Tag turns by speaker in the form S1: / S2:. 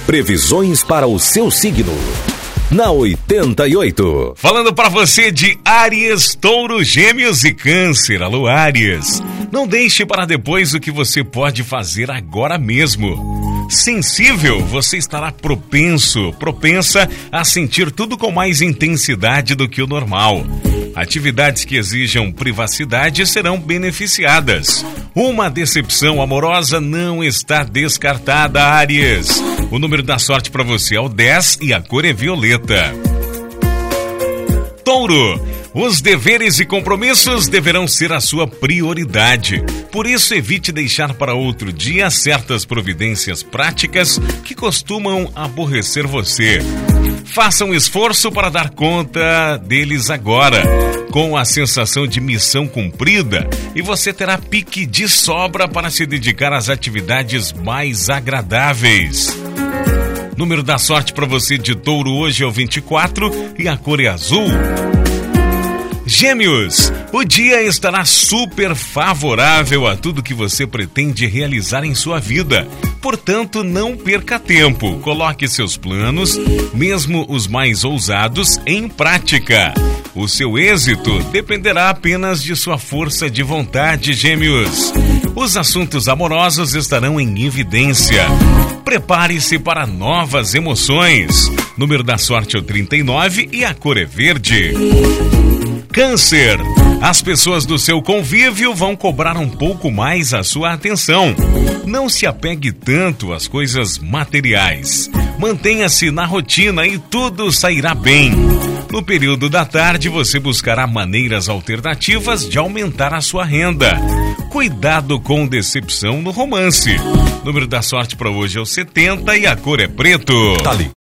S1: Previsões para o seu signo. Na 88.
S2: Falando para você de Áries, Touro, Gêmeos e Câncer. Alô, Áries. Não deixe para depois o que você pode fazer agora mesmo. Sensível, você estará propensa a sentir tudo com mais intensidade do que o normal. Atividades que exijam privacidade serão beneficiadas. Uma decepção amorosa não está descartada, Áries. O número da sorte para você é o 10 e a cor é violeta. Touro, os deveres e compromissos deverão ser a sua prioridade. Por isso, evite deixar para outro dia certas providências práticas que costumam aborrecer você. Faça um esforço para dar conta deles agora, com a sensação de missão cumprida, e você terá pique de sobra para se dedicar às atividades mais agradáveis. Número da sorte para você de Touro hoje é o 24 e a cor é azul. Gêmeos, o dia estará super favorável a tudo que você pretende realizar em sua vida. Portanto, não perca tempo. Coloque seus planos, mesmo os mais ousados, em prática. O seu êxito dependerá apenas de sua força de vontade, Gêmeos. Os assuntos amorosos estarão em evidência. Prepare-se para novas emoções. Número da sorte é o 39 e a cor é verde. Câncer, as pessoas do seu convívio vão cobrar um pouco mais a sua atenção. Não se apegue tanto às coisas materiais. Mantenha-se na rotina e tudo sairá bem. No período da tarde, você buscará maneiras alternativas de aumentar a sua renda. Cuidado com decepção no romance. Número da sorte para hoje é o 70 e a cor é preto.